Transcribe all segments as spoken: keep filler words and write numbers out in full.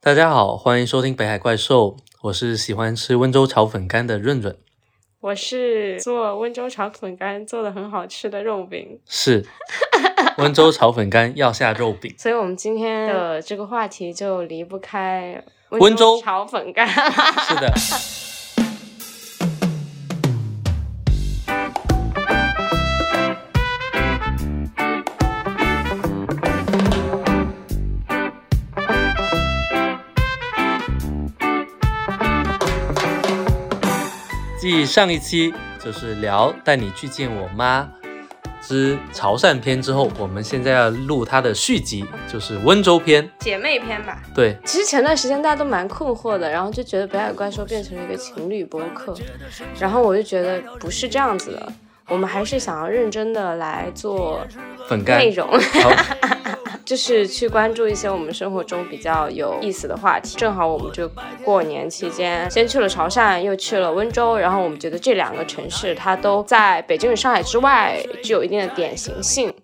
大家好，欢迎收听北海怪兽，我是喜欢吃温州炒粉干的润润。 我是做温州炒粉干做的很好吃的肉饼。 是温州炒粉干要下肉饼。 所以我们今天的这个话题就离不开温州炒粉干。 是的。继上一期就是聊带你去见我妈之潮汕篇之后，我们现在要录它的续集，就是温州篇， 姐妹篇吧。 对， 其实前段时间大家都蛮困惑的，然后就觉得北海怪兽变成了一个情侣播客，然后我就觉得不是这样子的，我们还是想要认真的来做粉干内容。就是去关注一些我们生活中比较有意思的话题。正好我们就过年期间先去了潮汕，又去了温州，然后我们觉得这两个城市它都在北京与上海之外具有一定的典型性。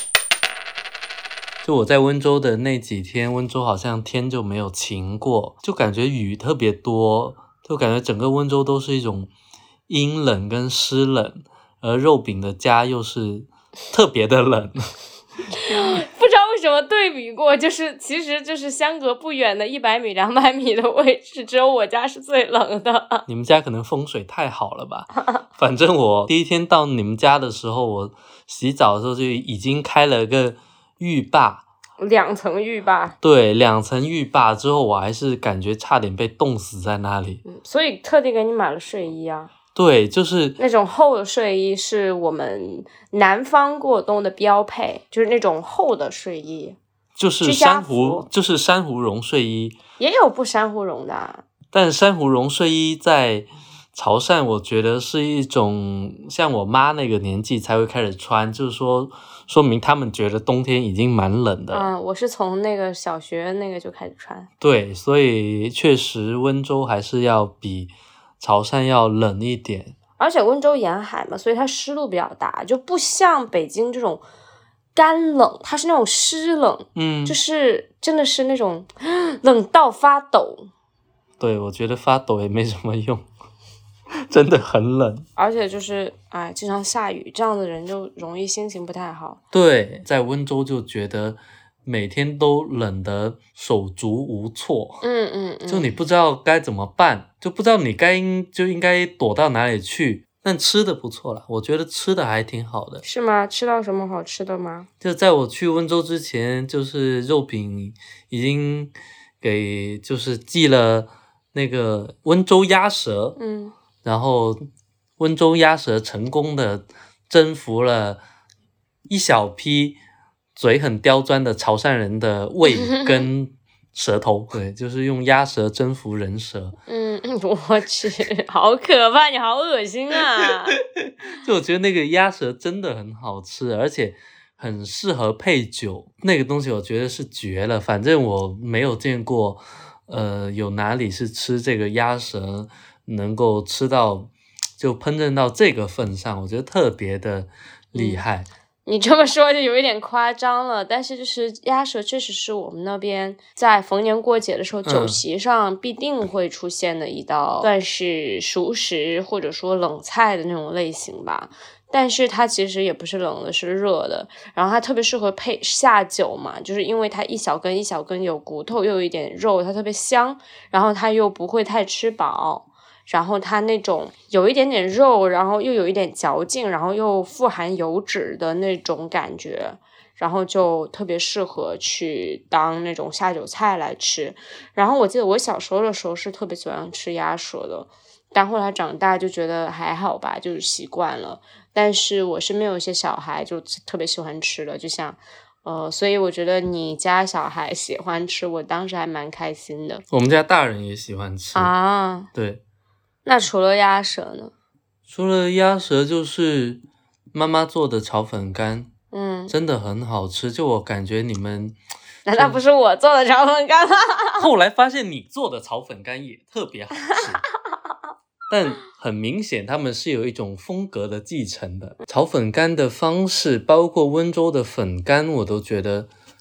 就我在温州的那几天，温州好像天就没有晴过，就感觉雨特别多，就感觉整个温州都是一种阴冷跟湿冷，而肉饼的家又是特别的冷。 不知道为什么对比过，就是其实就是相隔不远的一百米两百米的位置，只有我家是最冷的。 你们家可能风水太好了吧。反正我第一天到你们家的时候，我洗澡的时候就已经开了个浴霸， 两层浴霸。对， 两层浴霸之后，我还是感觉差点被冻死在那里。 嗯，所以特地给你买了睡衣啊。 对，就是那种厚的睡衣是我们南方过冬的标配，就是那种厚的睡衣， 就是珊瑚，就是珊瑚绒睡衣， 也有不珊瑚绒的啊。 但珊瑚绒睡衣在潮汕，我觉得是一种像我妈那个年纪才会开始穿，就是说说明他们觉得冬天已经蛮冷的。 嗯，我是从那个小学那个就开始穿。 对，所以确实温州还是要比潮汕要冷一点， 而且温州沿海嘛，所以它湿度比较大，就不像北京这种干冷，它是那种湿冷， 嗯， 就是真的是那种冷到发抖。 对，我觉得发抖也没什么用，真的很冷， 而且就是哎，经常下雨，这样的人就容易心情不太好。 对，在温州就觉得每天都冷得手足无措， 嗯嗯嗯， 就你不知道该怎么办，就不知道你该就应该躲到哪里去。但吃的不错啦，我觉得吃的还挺好的。 是吗？吃到什么好吃的吗？ 就在我去温州之前，就是肉饼已经给就是寄了那个温州鸭舌， 嗯， 然后温州鸭舌成功的征服了一小批嘴很刁钻的潮汕人的胃跟舌头。对，就是用鸭舌征服人舌。 嗯，我去，好可怕，你好恶心啊。 就我觉得那个鸭舌真的很好吃，而且很适合配酒，那个东西我觉得是绝了。反正我没有见过呃有哪里是吃这个鸭舌能够吃到就烹饪到这个份上，我觉得特别的厉害。嗯， 你这么说就有一点夸张了，但是就是鸭舌确实是我们那边在逢年过节的时候、嗯、酒席上必定会出现的一道算是熟食或者说冷菜的那种类型吧。但是它其实也不是冷的，是热的，然后它特别适合配下酒嘛，就是因为它一小根一小根有骨头又有一点肉，它特别香，然后它又不会太吃饱，然后它那种有一点点肉，然后又有一点嚼劲，然后又富含油脂的那种感觉，然后就特别适合去当那种下酒菜来吃。然后我记得我小时候的时候是特别喜欢吃鸭舌的，但后来长大就觉得还好吧，就是习惯了。但是我身边有一些小孩就特别喜欢吃的，就像呃，所以我觉得你家小孩喜欢吃，我当时还蛮开心的。 我们家大人也喜欢吃啊。 对。 那除了鸭舌呢？ 除了鸭舌就是妈妈做的炒粉干， 嗯， 真的很好吃。就我感觉你们， 难道不是我做的炒粉干吗？ 后来发现你做的炒粉干也特别好吃。但很明显他们是有一种风格的继承的，炒粉干的方式包括温州的粉干我都觉得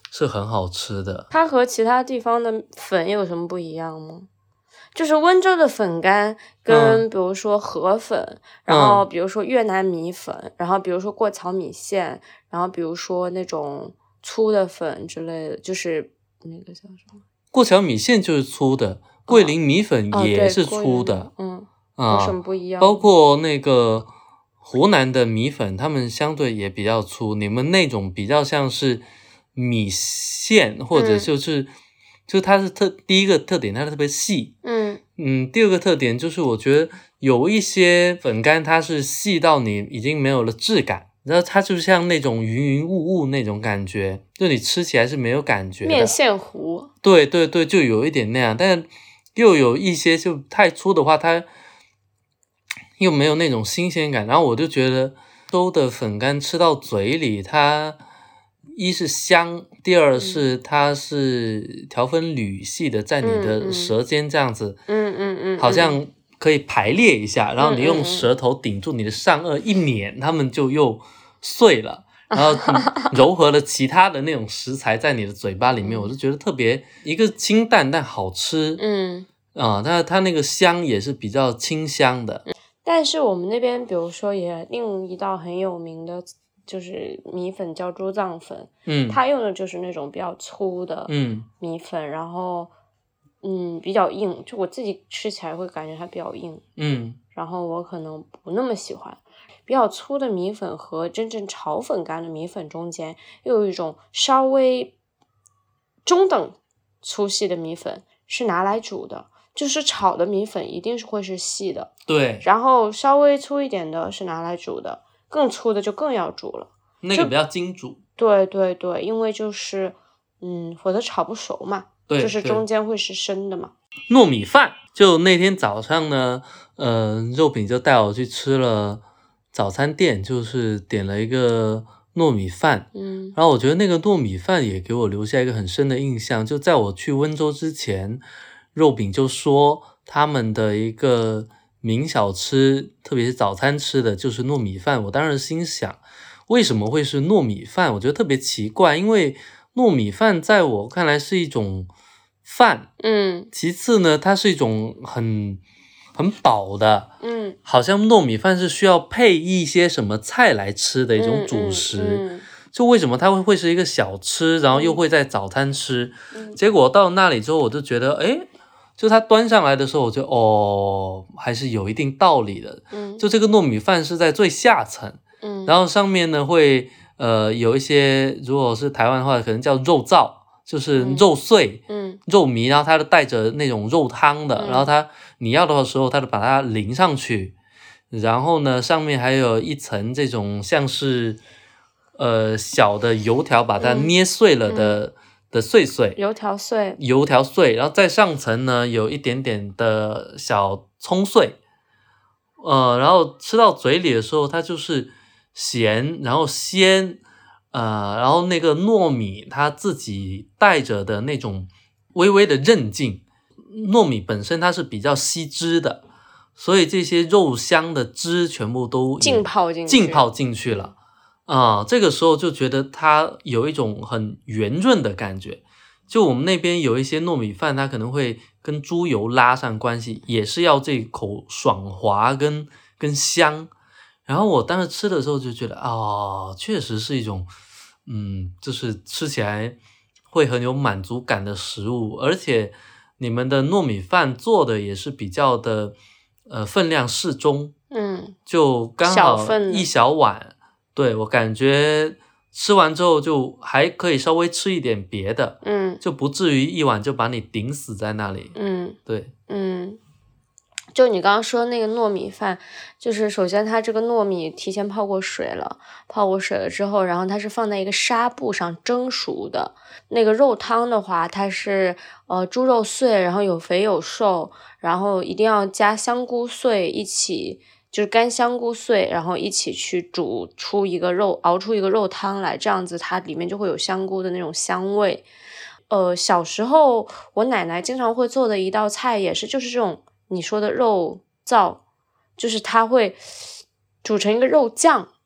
是很好吃的。 它和其他地方的粉有什么不一样吗？就是温州的粉干跟比如说河粉、嗯、然后比如说越南米粉，然后比如说过桥米线，然后比如说那种粗的粉之类的，就是那个叫什么？ 过桥米线就是粗的，桂林米粉也是粗的。 哦哦、嗯， 啊， 有什么不一样？ 包括那个湖南的米粉，他们相对也比较粗，你们那种比较像是米线，或者就是、嗯、就它是特第一个特点，它特别细。 嗯嗯，第二个特点就是我觉得有一些粉干它是细到你已经没有了质感，然后它就像那种云云雾雾那种感觉，就你吃起来是没有感觉的。 面线糊。 对对对，就有一点那样，但又有一些就太粗的话，它又没有那种新鲜感。然后我就觉得粥的粉干吃到嘴里，它一是香，第二是它是条分缕细的在你的舌尖这样子， 嗯嗯嗯， 好像可以排列一下，然后你用舌头顶住你的上颚一捻，它们就又碎了，然后糅合了其他的那种食材在你的嘴巴里面，我就觉得特别一个清淡但好吃。 嗯啊，它它那个香也是比较清香的。 但是我们那边比如说也另一道很有名的就是米粉叫猪脏粉， 嗯， 它用的就是那种比较粗的米粉，嗯、然后嗯比较硬，就我自己吃起来会感觉它比较硬， 嗯， 然后我可能不那么喜欢。比较粗的米粉和真正炒粉干的米粉中间又有一种稍微中等粗细的米粉是拿来煮的，就是炒的米粉一定是会是细的， 对， 然后稍微粗一点的是拿来煮的，更粗的就更要煮了， 那个比较精煮。 对对对，因为就是嗯，否则炒不熟嘛， 对， 就是中间会是生的嘛。 糯米饭，就那天早上呢，呃，肉饼就带我去吃了早餐店，就是点了一个糯米饭， 嗯， 然后我觉得那个糯米饭也给我留下一个很深的印象，就在我去温州之前，肉饼就说他们的一个名小吃，特别是早餐吃的就是糯米饭。我当时心想，为什么会是糯米饭？我觉得特别奇怪，因为糯米饭在我看来是一种饭， 嗯， 其次呢，它是一种很很饱的， 嗯， 好像糯米饭是需要配一些什么菜来吃的一种主食。 嗯嗯嗯、 就为什么它会会是一个小吃，然后又会在早餐吃？ 嗯、 结果到那里之后，我就觉得，诶，就它端上来的时候，我就哦，还是有一定道理的。 嗯， 就这个糯米饭是在最下层， 嗯， 然后上面呢会呃有一些，如果是台湾的话，可能叫肉燥，就是肉碎， 嗯， 肉糜，然后它带着那种肉汤的， 嗯、 然后它你要的时候，它就把它淋上去，然后呢上面还有一层这种像是呃小的油条，把它捏碎了的。嗯嗯的碎碎油条碎油条碎，然后在上层呢有一点点的小葱碎，呃，然后吃到嘴里的时候，它就是咸，然后鲜，呃，然后那个糯米它自己带着的那种微微的韧劲，糯米本身它是比较吸汁的，所以这些肉香的汁全部都浸泡进去， 浸泡进去了。啊、呃，这个时候就觉得它有一种很圆润的感觉。就我们那边有一些糯米饭，它可能会跟猪油拉上关系，也是要这口爽滑跟跟香。然后我当时吃的时候就觉得，哦，确实是一种，嗯，就是吃起来会很有满足感的食物。而且你们的糯米饭做的也是比较的，呃，分量适中， 嗯， 就刚好一小碗。对，我感觉吃完之后就还可以稍微吃一点别的， 嗯， 就不至于一碗就把你顶死在那里。 嗯， 对， 嗯，就你刚刚说那个糯米饭，就是首先它这个糯米提前泡过水了，泡过水了之后，然后它是放在一个纱布上蒸熟的。那个肉汤的话，它是呃猪肉碎，然后有肥有瘦，然后一定要加香菇碎一起。就是干香菇碎，然后一起去煮出一个肉，熬出一个肉汤来，这样子它里面就会有香菇的那种香味。呃，小时候我奶奶经常会做的一道菜也是，就是这种你说的肉燥，就是它会煮成一个肉酱，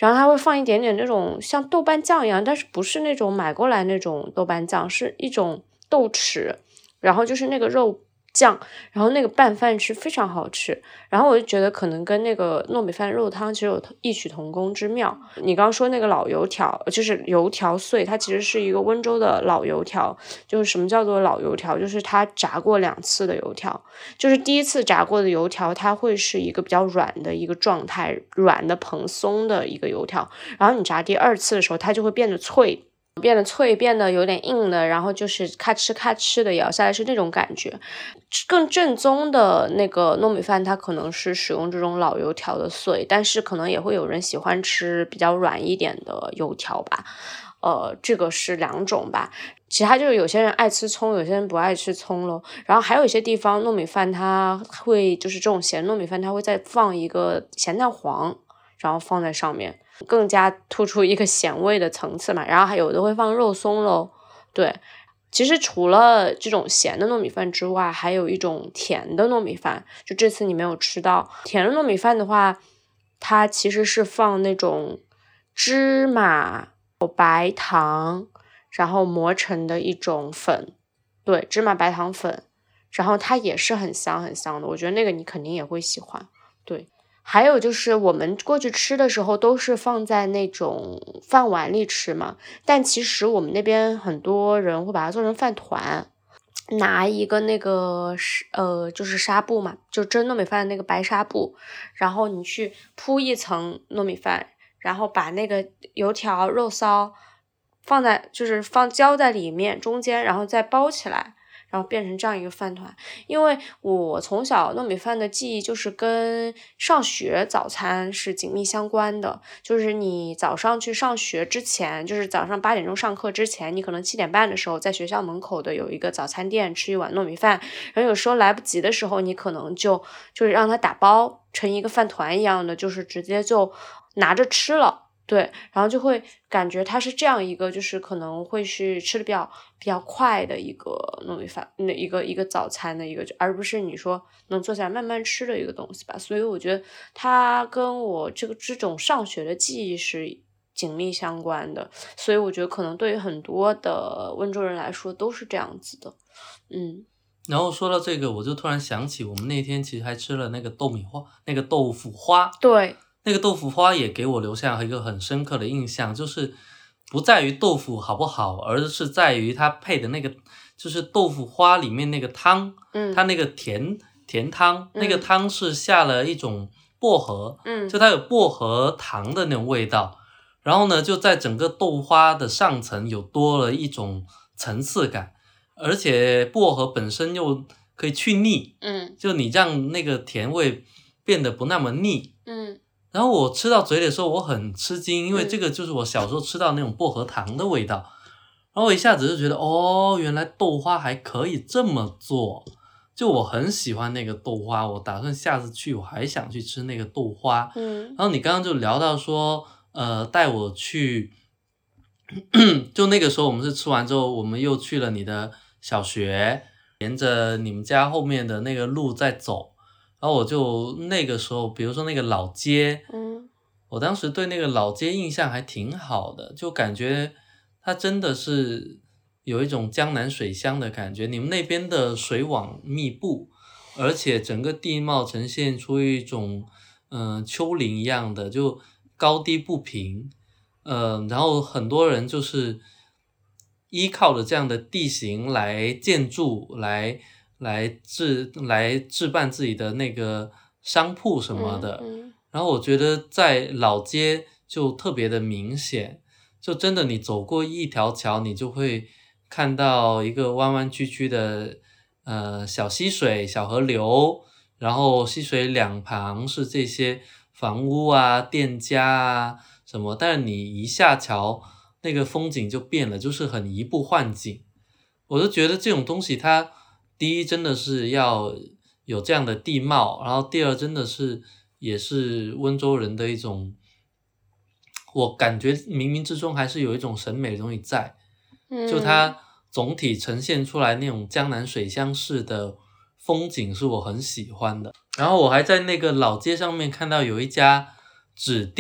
然后它会放一点点那种像豆瓣酱一样，但是不是那种买过来那种豆瓣酱，是一种豆豉，然后就是那个肉酱，然后那个拌饭吃非常好吃。然后我就觉得可能跟那个糯米饭肉汤其实有异曲同工之妙。你刚刚说那个老油条，就是油条碎，它其实是一个温州的老油条。就是什么叫做老油条，就是它炸过两次的油条。就是第一次炸过的油条它会是一个比较软的一个状态，软的蓬松的一个油条，然后你炸第二次的时候它就会变得脆，变得脆，变得有点硬的，然后就是咔哧咔哧的咬下来是那种感觉。更正宗的那个糯米饭它可能是使用这种老油条的碎，但是可能也会有人喜欢吃比较软一点的油条吧。呃，这个是两种吧。其他就是有些人爱吃葱，有些人不爱吃葱咯。然后还有一些地方糯米饭它会就是这种咸糯米饭它会再放一个咸蛋黄，然后放在上面，更加突出一个咸味的层次嘛。然后还有的会放肉松咯。对，其实除了这种咸的糯米饭之外，还有一种甜的糯米饭，就这次你没有吃到。甜的糯米饭的话，它其实是放那种芝麻、白糖，然后磨成的一种粉，对，芝麻白糖粉，然后它也是很香很香的，我觉得那个你肯定也会喜欢。对，还有就是我们过去吃的时候都是放在那种饭碗里吃嘛，但其实我们那边很多人会把它做成饭团，拿一个那个呃就是纱布嘛，就蒸糯米饭的那个白纱布，然后你去铺一层糯米饭，然后把那个油条肉骚放在就是放浇在里面中间，然后再包起来，然后变成这样一个饭团。因为我从小糯米饭的记忆就是跟上学早餐是紧密相关的，就是你早上去上学之前，就是早上八点钟上课之前，你可能七点半的时候在学校门口的有一个早餐店吃一碗糯米饭，然后有时候来不及的时候，你可能就就是让它打包成一个饭团一样的，就是直接就拿着吃了。对，然后就会感觉它是这样一个，就是可能会是吃的比较比较快的一个糯米饭，那一个一个早餐的一个，而不是你说能坐下来慢慢吃的一个东西吧。所以我觉得它跟我这个这种上学的记忆是紧密相关的，所以我觉得可能对于很多的温州人来说都是这样子的。嗯， 然后说到这个，我就突然想起我们那天其实还吃了那个豆米花，那个豆腐花。 对。 那个豆腐花也给我留下一个很深刻的印象，就是不在于豆腐好不好，而是在于它配的那个，就是豆腐花里面那个汤， 嗯， 它那个甜甜汤， 嗯、 那个汤是下了一种薄荷， 嗯， 就它有薄荷糖的那种味道，然后呢，就在整个豆花的上层有多了一种层次感，而且薄荷本身又可以去腻， 嗯， 就你让那个甜味变得不那么腻， 嗯。 然后我吃到嘴里的时候我很吃惊，因为这个就是我小时候吃到那种薄荷糖的味道，然后我一下子就觉得哦，原来豆花还可以这么做，就我很喜欢那个豆花，我打算下次去我还想去吃那个豆花。 嗯， 然后你刚刚就聊到说呃带我去就那个时候我们是吃完之后我们又去了你的小学，沿着你们家后面的那个路在走，然后我就那个时候比如说那个老街， 嗯， 我当时对那个老街印象还挺好的，就感觉它真的是有一种江南水乡的感觉，你们那边的水网密布，而且整个地貌呈现出一种嗯、呃、丘陵一样的，就高低不平，呃，然后很多人就是依靠着这样的地形来建筑，来来置来置办自己的那个商铺什么的， 嗯嗯、 然后我觉得在老街就特别的明显，就真的你走过一条桥，你就会看到一个弯弯曲曲的呃小溪水、小河流，然后溪水两旁是这些房屋啊、店家啊什么，但是你一下桥，那个风景就变了，就是很移步换景。我就觉得这种东西它第一真的是要有这样的地貌，然后第二真的是也是温州人的一种，我感觉冥冥之中还是有一种审美的东西在，就它总体呈现出来那种江南水乡式的风景是我很喜欢的。然后我还在那个老街上面看到有一家纸店，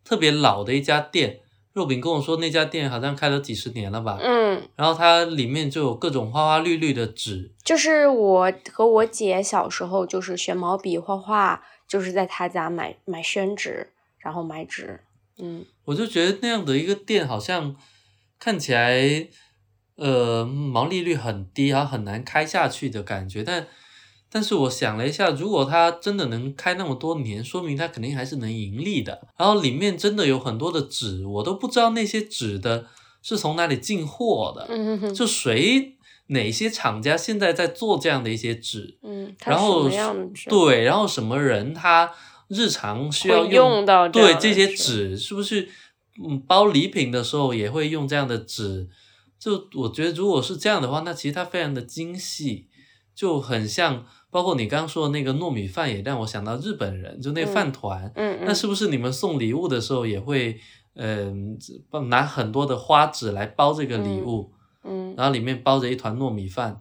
特别老的一家店，肉饼跟我说那家店好像开了几十年了吧， 嗯， 然后它里面就有各种花花绿绿的纸， 就是我和我姐小时候就是学毛笔画画，就是在他家买买宣纸，然后买纸。嗯， 我就觉得那样的一个店好像看起来呃毛利率很低，然后很难开下去的感觉，但但是我想了一下，如果它真的能开那么多年，说明它肯定还是能盈利的。然后里面真的有很多的纸，我都不知道那些纸的是从哪里进货的， 嗯哼哼就谁哪些厂家现在在做这样的一些纸， 嗯， 然后它什么样的纸对，然后什么人他日常需要会用到这样的对这些纸纸，是不是嗯包礼品的时候也会用这样的纸？就我觉得如果是这样的话，那其实它非常的精细，就很像。包括你刚刚说的那个糯米饭，也让我想到日本人，就那个饭团。 嗯嗯， 那是不是你们送礼物的时候也会，嗯、呃，拿很多的花纸来包这个礼物， 嗯， 然后里面包着一团糯米饭？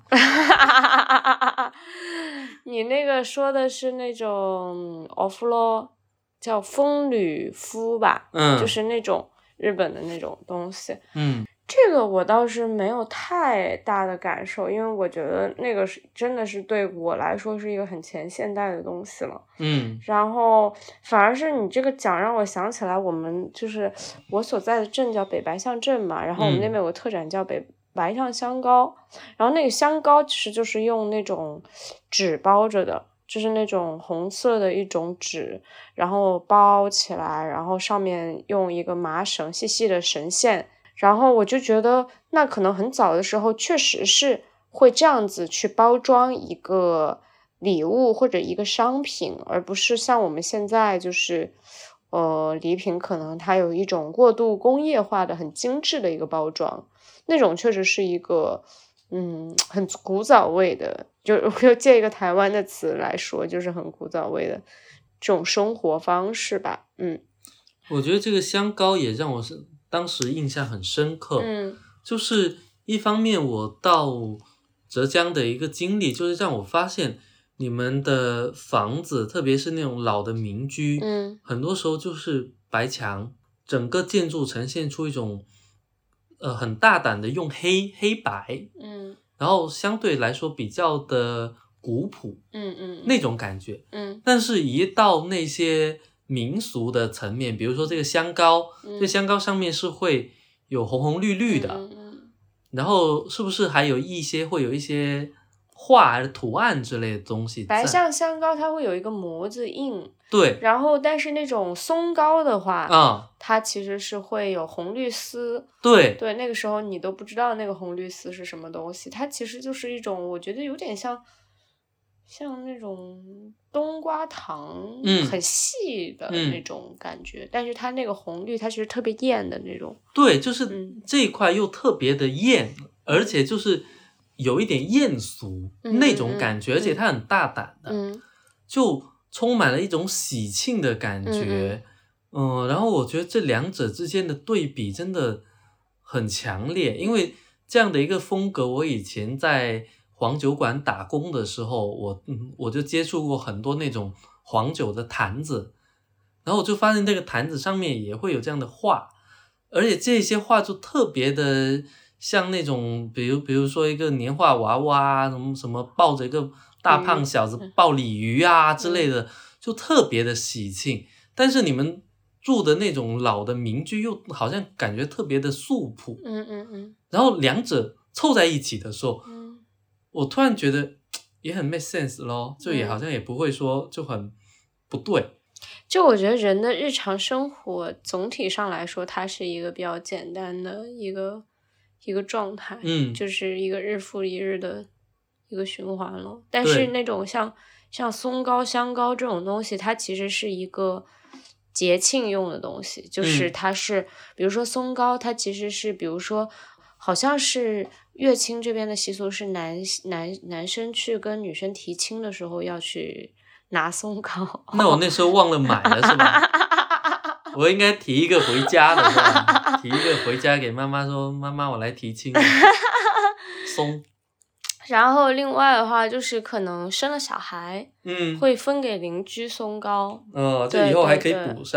你那个说的是那种 offlo 叫风吕敷吧？ 嗯， 就是那种日本的那种东西。 嗯。 这个我倒是没有太大的感受，因为我觉得那个是真的是对我来说是一个很前现代的东西了。 嗯， 然后反而是你这个讲让我想起来，我们就是我所在的镇叫北白象镇嘛，然后我们那边有个特产叫北白象香膏，然后那个香膏其实就是用那种纸包着的。就是那种红色的一种纸，然后包起来，然后上面用一个麻绳细细的绳线。然后我就觉得，那可能很早的时候确实是会这样子去包装一个礼物或者一个商品，而不是像我们现在就是，呃，礼品可能它有一种过度工业化的、很精致的一个包装，那种确实是一个，嗯，很古早味的，就我借一个台湾的词来说，就是很古早味的这种生活方式吧，嗯。 我觉得这个香膏也让我是。当时印象很深刻， 嗯， 就是一方面我到浙江的一个经历，就是让我发现你们的房子，特别是那种老的民居， 嗯， 很多时候就是白墙，整个建筑呈现出一种呃很大胆的用黑黑白， 嗯， 然后相对来说比较的古朴， 嗯嗯， 那种感觉， 嗯， 但是一到那些民俗的层面，比如说这个香膏， 嗯、 这香膏上面是会有红红绿绿的， 嗯嗯、 然后是不是还有一些会有一些画图案之类的东西？ 白象香膏它会有一个模子印， 对， 然后但是那种松膏的话， 啊、嗯， 它其实是会有红绿丝， 对对，那个时候你都不知道那个红绿丝是什么东西，它其实就是一种我觉得有点像。像那种冬瓜糖， 嗯， 很细的那种感觉，嗯、但是它那个红绿，它其实特别艳的那种。 对，就是这一块又特别的艳，嗯、而且就是有一点艳俗、 嗯、 那种感觉， 嗯、 而且它很大胆的， 嗯、 就充满了一种喜庆的感觉。嗯, 嗯，然后我觉得这两者之间的对比真的很强烈，因为这样的一个风格，我以前在黄酒馆打工的时候，我嗯我就接触过很多那种黄酒的坛子，然后我就发现这个坛子上面也会有这样的画，而且这些画就特别的像那种，比如比如说一个年画娃娃，什么什么抱着一个大胖小子抱鲤鱼啊之类的，就特别的喜庆。但是你们住的那种老的民居又好像感觉特别的素朴， 嗯嗯嗯， 然后两者凑在一起的时候， 嗯。 我突然觉得也很 make sense 咯，就也好像也不会说就很不对。 就我觉得人的日常生活总体上来说，它是一个比较简单的一个一个状态， 嗯， 就是一个日复一日的一个循环了。但是那种像像松糕、香糕这种东西，它其实是一个节庆用的东西，就是它是、嗯、比如说松糕，它其实是比如说好像是乐清这边的习俗是男男男生去跟女生提亲的时候要去拿松糕。 那我那时候忘了买了是吧？我应该提一个回家的是吧？提一个回家给妈妈说，妈妈我来提亲了。松。 然后另外的话就是可能生了小孩， 嗯， 会分给邻居松糕。 哦，这以后还可以补上。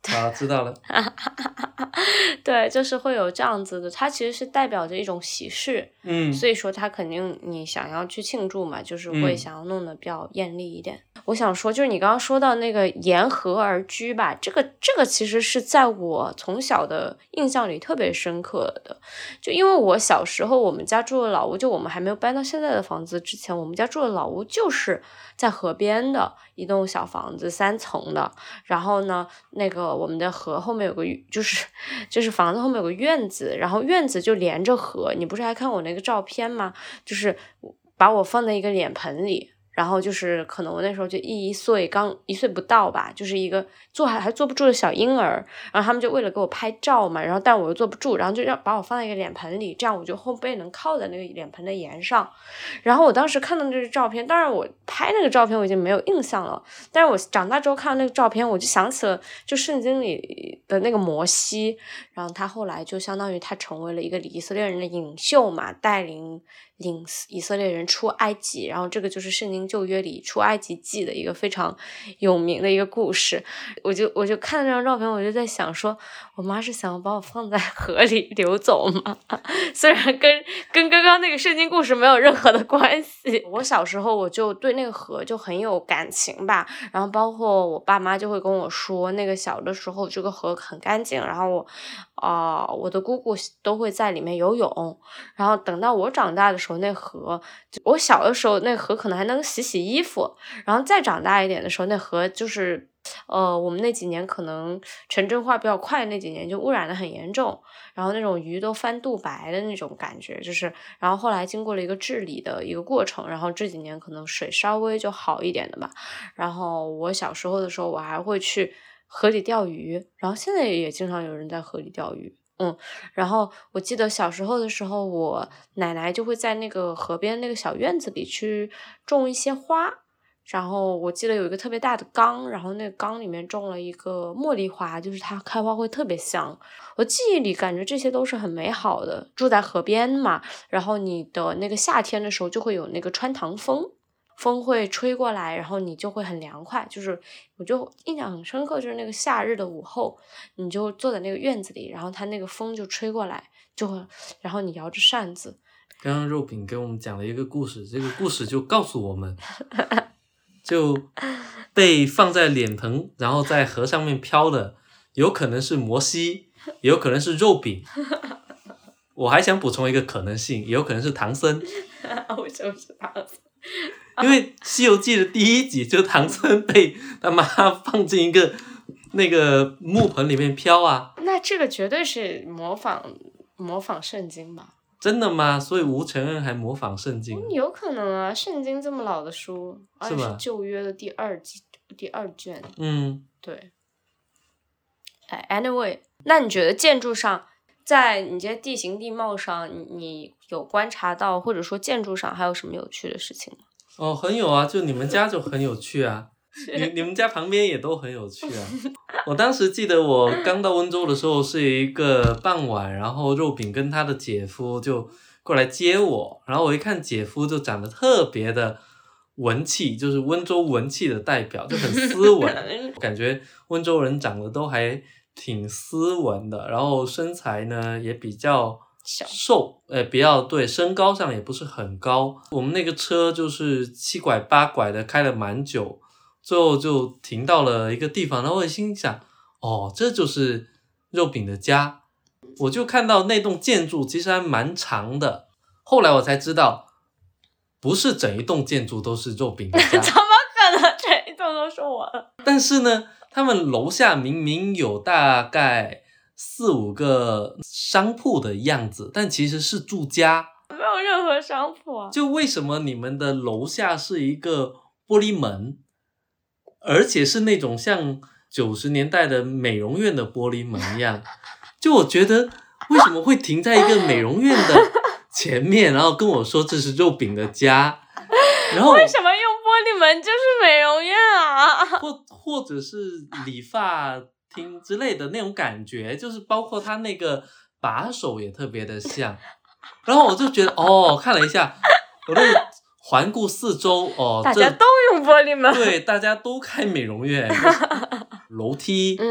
好，知道了。 对，就是会有这样子的，它其实是代表着一种喜事， 嗯， 所以说它肯定你想要去庆祝嘛，就是会嗯想要弄得比较艳丽一点。我想说，就是你刚刚说到那个沿河而居吧，这个这个其实是在我从小的印象里特别深刻的，就因为我小时候我们家住的老屋，就我们还没有搬到现在的房子之前，我们家住的老屋就是在河边的一栋小房子，三层的，然后呢，那个我们的河后面有个就是就是房子后面有个院子，然后院子就连着河。你不是还看我那个照片吗？就是把我放在一个脸盆里，然后就是可能我那时候就一岁，刚一岁不到吧，就是一个坐还还坐不住的小婴儿，然后他们就为了给我拍照嘛，然后但我又坐不住，然后就让把我放在一个脸盆里，这样我就后背能靠在那个脸盆的沿上。然后我当时看到这个照片，当然我拍那个照片我已经没有印象了，但是我长大之后看到那个照片，我就想起了就圣经里的那个摩西，然后他后来就相当于他成为了一个以色列人的领袖嘛，带领领以色列人出埃及，然后这个就是圣经旧约里出埃及记的一个非常有名的一个故事。我就我就看这张照片，我就在想说，我妈是想要把我放在河里流走吗？虽然跟跟刚刚那个圣经故事没有任何的关系。我小时候我就对那个河就很有感情吧，然后包括我爸妈就会跟我说，那个小的时候这个河很干净，然后我啊、呃，我的姑姑都会在里面游泳，然后等到我长大的时候，那河我小的时候那河可能还能洗洗衣服，然后再长大一点的时候，那河就是呃，我们那几年可能城镇化比较快，那几年就污染的很严重，然后那种鱼都翻肚白的那种感觉，就是然后后来经过了一个治理的一个过程，然后这几年可能水稍微就好一点的吧。然后我小时候的时候，我还会去河里钓鱼，然后现在也经常有人在河里钓鱼。嗯，然后我记得小时候的时候，我奶奶就会在那个河边那个小院子里去种一些花，然后我记得有一个特别大的缸，然后那个缸里面种了一个茉莉花，就是它开花会特别香。我记忆里感觉这些都是很美好的，住在河边嘛，然后你的那个夏天的时候就会有那个穿堂风，风会吹过来，然后你就会很凉快，就是我就印象很深刻，就是那个夏日的午后，你就坐在那个院子里，然后它那个风就吹过来，就会，然后你摇着扇子。 刚刚肉饼给我们讲了一个故事，这个故事就告诉我们就被放在脸盆然后在河上面飘的有可能是摩西，也有可能是肉饼。我还想补充一个可能性，也有可能是唐僧。 为什么是唐僧？ 因为《西游记》的第一集就唐僧被他妈放进一个那个木盆里面飘啊。 那这个绝对是模仿模仿圣经吧？ 真的吗？所以吴承恩还模仿圣经？ 嗯、有可能啊，圣经这么老的书，而且是是旧约的第二季第二卷。 嗯， 对。哎 ，anyway， 那你觉得建筑上，在你这地形地貌上，你你有观察到，或者说建筑上还有什么有趣的事情吗？ 哦，很有啊，就你们家就很有趣啊，你你们家旁边也都很有趣啊。我当时记得我刚到温州的时候是一个傍晚，然后肉饼跟他的姐夫就过来接我，然后我一看姐夫就长得特别的文气，就是温州文气的代表，就很斯文。感觉温州人长得都还挺斯文的，然后身材呢也比较瘦，呃，比较对，身高上也不是很高。我们那个车就是七拐八拐的开了蛮久，最后就停到了一个地方，然后我心想，哦，这就是肉饼的家。我就看到那栋建筑其实还蛮长的，后来我才知道，不是整一栋建筑都是肉饼的家。 怎么可能整一栋都是我的？ 但是呢，他们楼下明明有大概四五个商铺的样子，但其实是住家， 没有任何商铺啊。 就为什么你们的楼下是一个玻璃门，而且是那种像九十年代的美容院的玻璃门一样？就我觉得为什么会停在一个美容院的前面，然后跟我说这是肉饼的家？然后为什么用玻璃门就是美容院啊？ 或或者是理发厅之类的那种感觉，就是包括它那个把手也特别的像。然后我就觉得哦，看了一下，我就环顾四周哦， 大家都用玻璃门， 对，大家都开美容院，楼梯， 嗯，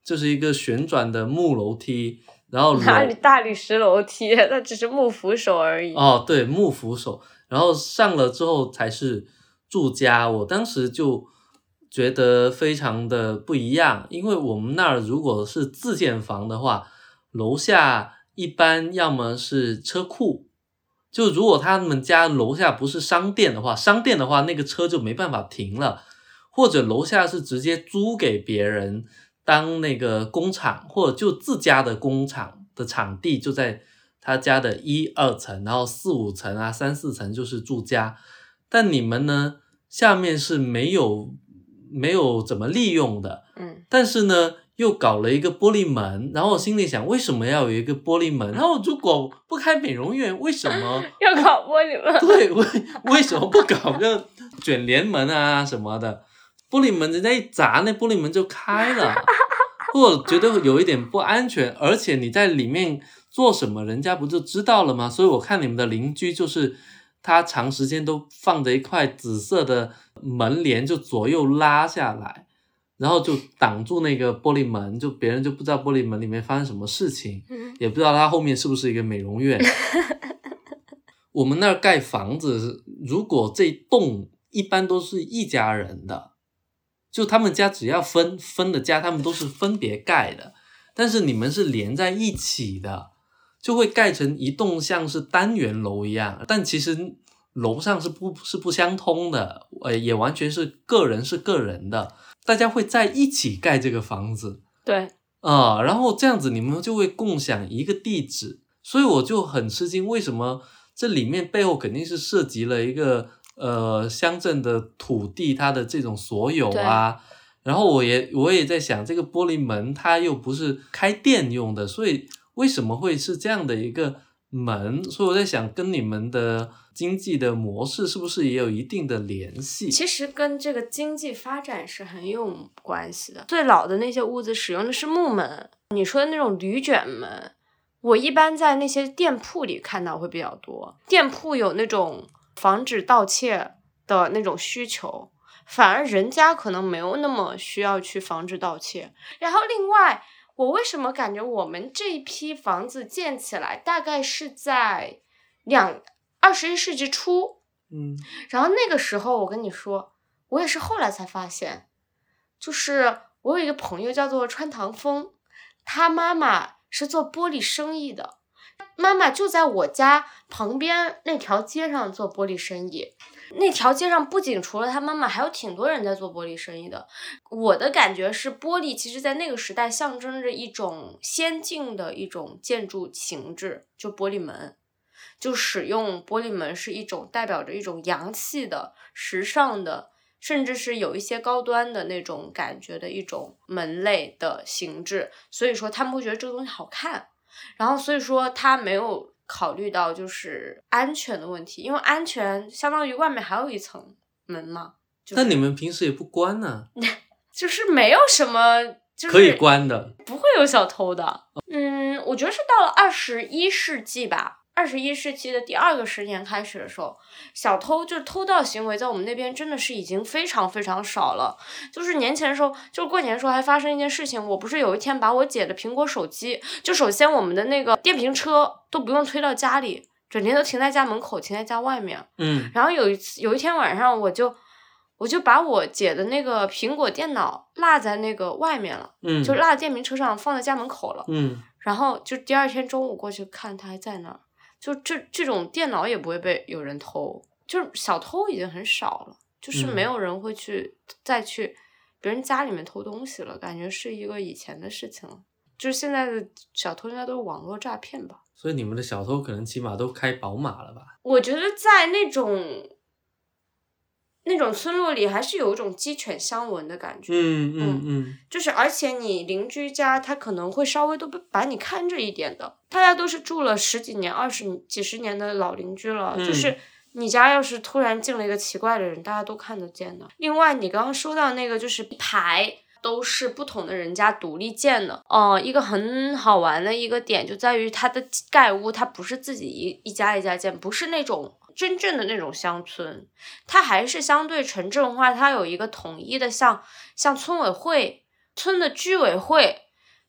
就是一个旋转的木楼梯，然后哪里大理石楼梯，那只是木扶手而已。 哦，对，木扶手，然后上了之后才是住家。我当时就觉得非常的不一样，因为我们那儿如果是自建房的话，楼下一般要么是车库，就如果他们家楼下不是商店的话，商店的话那个车就没办法停了，或者楼下是直接租给别人当那个工厂，或者就自家的工厂的场地就在他家的一二层，然后四五层啊三四层就是住家。但你们呢，下面是没有没有怎么利用的， 嗯， 但是呢又搞了一个玻璃门，然后我心里想为什么要有一个玻璃门，然后如果不开美容院为什么要搞玻璃门？ 对，为为什么不搞个卷帘门啊什么的？玻璃门人家一砸，那玻璃门就开了，或者觉得有一点不安全，而且你在里面做什么，人家不就知道了吗？所以我看你们的邻居就是他长时间都放着一块紫色的门帘，就左右拉下来，然后就挡住那个玻璃门，就别人就不知道玻璃门里面发生什么事情，也不知道它后面是不是一个美容院。我们那儿盖房子，如果这栋一般都是一家人的，就他们家只要分分的家，他们都是分别盖的，但是你们是连在一起的，就会盖成一栋像是单元楼一样，但其实楼上是不是不相通的，呃，也完全是个人是个人的，大家会在一起盖这个房子， 对啊、呃，然后这样子你们就会共享一个地址，所以我就很吃惊，为什么这里面背后肯定是涉及了一个呃乡镇的土地它的这种所有啊，然后我也我也在想，这个玻璃门它又不是开店用的，所以为什么会是这样的一个门？所以我在想跟你们的经济的模式是不是也有一定的联系？ 其实跟这个经济发展是很有关系的。最老的那些屋子使用的是木门，你说的那种铝卷门，我一般在那些店铺里看到会比较多。店铺有那种防止盗窃的那种需求，反而人家可能没有那么需要去防止盗窃。然后另外，我为什么感觉我们这一批房子建起来大概是在两二十一世纪初， 嗯， 然后那个时候我跟你说，我也是后来才发现，就是我有一个朋友叫做川堂风，他妈妈是做玻璃生意的，妈妈就在我家旁边那条街上做玻璃生意。那条街上不仅除了他妈妈，还有挺多人在做玻璃生意的。我的感觉是，玻璃其实在那个时代象征着一种先进的一种建筑形制，就玻璃门。就使用玻璃门是一种代表着一种洋气的、时尚的，甚至是有一些高端的那种感觉的一种门类的形制，所以说他们会觉得这个东西好看，然后所以说他没有考虑到就是安全的问题，因为安全相当于外面还有一层门嘛。就是、 但你们平时也不关呢、啊？ 就是没有什么。就是、 可以关的， 不会有小偷的。嗯，我觉得是到了二十一世纪吧。二十一世纪的第二个十年开始的时候，小偷就是偷盗行为在我们那边真的是已经非常非常少了。就是年前的时候，就是过年的时候还发生一件事情，我不是有一天把我姐的苹果手机，就首先我们的那个电瓶车都不用推到家里，整天都停在家门口，停在家外面。 嗯， 然后有一次有一天晚上，我就我就把我姐的那个苹果电脑落在那个外面了， 嗯， 就落在电瓶车上放在家门口了。 嗯， 然后就第二天中午过去看，它还在那儿。就这这种电脑也不会被有人偷，就是小偷已经很少了，就是没有人会去、嗯、再去别人家里面偷东西了，感觉是一个以前的事情了。就是现在的小偷应该都是网络诈骗吧。 所以你们的小偷可能起码都开宝马了吧？ 我觉得在那种那种村落里还是有一种鸡犬相闻的感觉。 嗯嗯嗯， 就是而且你邻居家他可能会稍微都把你看着一点的，大家都是住了十几年二十几十年的老邻居了、嗯、就是你家要是突然进了一个奇怪的人，大家都看得见的。另外你刚刚说到那个就是一排都是不同的人家独立建的，哦、呃，一个很好玩的一个点就在于它的盖屋它不是自己一一家一家建，不是那种真正的那种乡村，它还是相对城镇化，它有一个统一的像像村委会、村的居委会，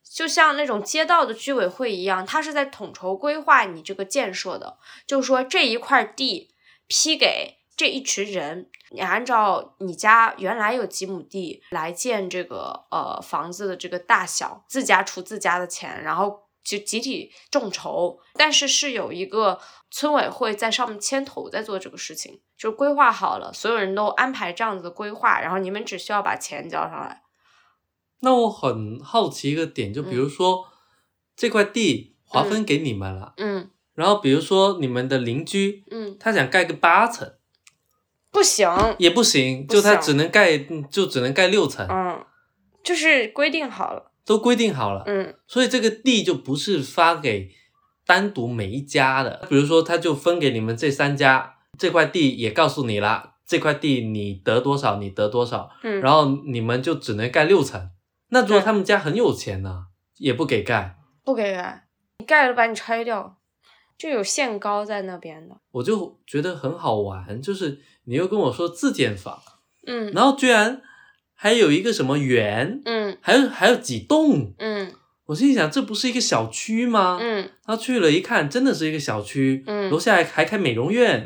就像那种街道的居委会一样，它是在统筹规划你这个建设的，就是说这一块地批给这一群人，你按照你家原来有几亩地来建这个呃房子的这个大小，自家出自家的钱，然后就集体众筹，但是是有一个村委会在上面牵头在做这个事情，就是规划好了，所有人都安排这样子的规划，然后你们只需要把钱交上来。 那我很好奇一个点，就比如说、嗯、这块地划分给你们了， 嗯， 然后比如说你们的邻居， 嗯， 他想盖个八层。 不行， 也不行，就他只能盖，就只能盖六层。 嗯，就是规定好了， 都规定好了。 嗯， 所以这个地就不是发给单独每一家的，比如说他就分给你们这三家，这块地也告诉你了，这块地你得多少，你得多少， 嗯， 然后你们就只能盖六层。那如果他们家很有钱呢，也不给盖， 不给盖，你盖了把你拆掉。就有限高在那边的， 我就觉得很好玩，就是你又跟我说自建房， 嗯， 然后居然还有一个什么园， 嗯， 还有还有几栋， 嗯， 我心里想这不是一个小区吗？ 嗯， 然后去了一看，真的是一个小区， 嗯， 楼下还还开美容院，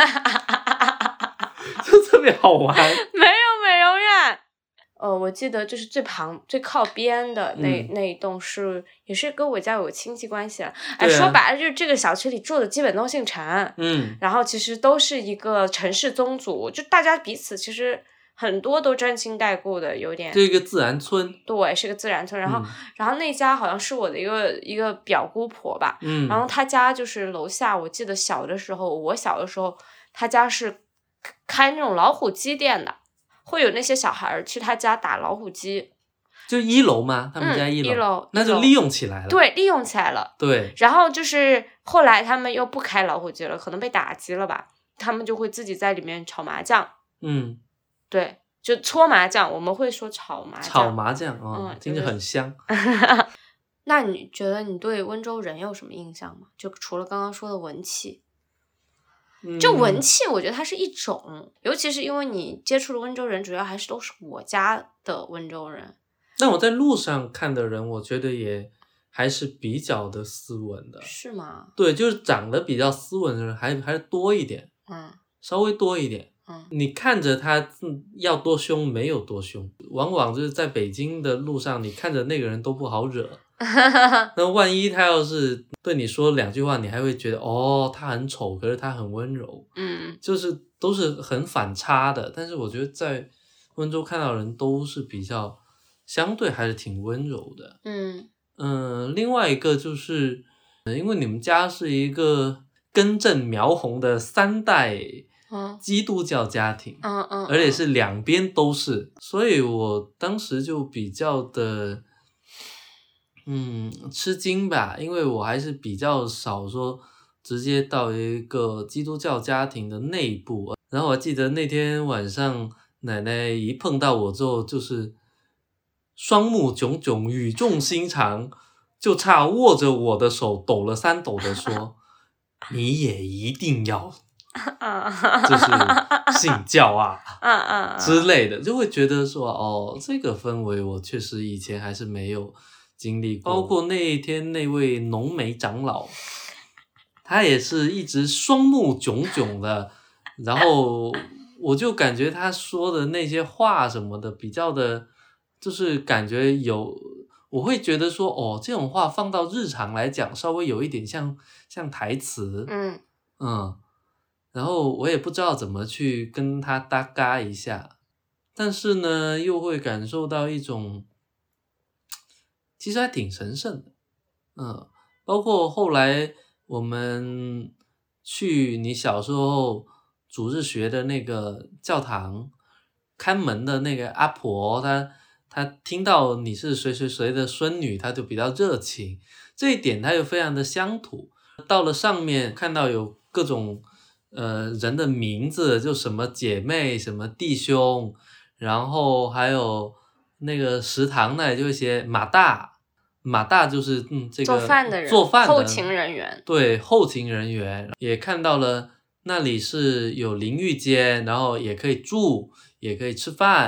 就特别好玩。 没有美容院。呃，我记得就是最旁最靠边的那、嗯、那一栋是也是跟我家有亲戚关系了。哎、啊，说白了就是这个小区里住的基本都姓陈， 嗯， 然后其实都是一个陈氏宗族，就大家彼此其实很多都沾亲带故的，有点。 这一个自然村。 对，是个自然村。然后， 嗯、 然后那家好像是我的一个一个表姑婆吧， 嗯， 然后他家就是楼下，我记得小的时候，我小的时候，他家是开那种老虎机店的。会有那些小孩去他家打老虎机， 就一楼吗？他们家一楼， 嗯、一楼那就利用起来了。 对，利用起来了。 对， 然后就是后来他们又不开老虎机了，可能被打击了吧，他们就会自己在里面炒麻将。 嗯， 对，就搓麻将，我们会说炒麻将。 炒麻将，哦、 嗯， 听着很香。 那你觉得你对温州人有什么印象吗？就除了刚刚说的文气。就文气我觉得它是一种、嗯、尤其是因为你接触的温州人主要还是都是我家的温州人。 那我在路上看的人我觉得也还是比较的斯文的。 是吗？ 对，就是长得比较斯文的人还还是多一点， 嗯， 稍微多一点。 嗯， 你看着他要多凶没有多凶，往往就是在北京的路上你看着那个人都不好惹。那万一他要是对你说两句话，你还会觉得哦，他很丑，可是他很温柔， 嗯， 就是都是很反差的。但是我觉得在温州看到的人都是比较相对还是挺温柔的。 嗯嗯、呃，另外一个就是因为你们家是一个根正苗红的三代基督教家庭， 嗯嗯， 而且是两边都是，所以我当时就比较的嗯，吃惊吧，因为我还是比较少说直接到一个基督教家庭的内部。然后我记得那天晚上奶奶一碰到我之后，就是双目炯炯，语重心长，就差握着我的手抖了三抖的说你也一定要就是信教啊之类的，就会觉得说哦，这个氛围我确实以前还是没有经历过。包括那一天那位浓眉长老，他也是一直双目炯炯的，然后我就感觉他说的那些话什么的比较的就是感觉有，我会觉得说哦，这种话放到日常来讲稍微有一点像像台词。 嗯嗯，然后我也不知道怎么去跟他搭嘎一下，但是呢又会感受到一种其实还挺神圣的。嗯，包括后来我们去你小时候主日学的那个教堂，看门的那个阿婆，她她听到你是谁谁谁的孙女，她就比较热情，这一点她又非常的乡土。到了上面看到有各种呃人的名字，就什么姐妹什么弟兄，然后还有那个食堂呢就会写马大，马大就是嗯这个做饭的人， 做饭的后勤人员， 对，后勤人员。也看到了那里是有淋浴间，然后也可以住也可以吃饭，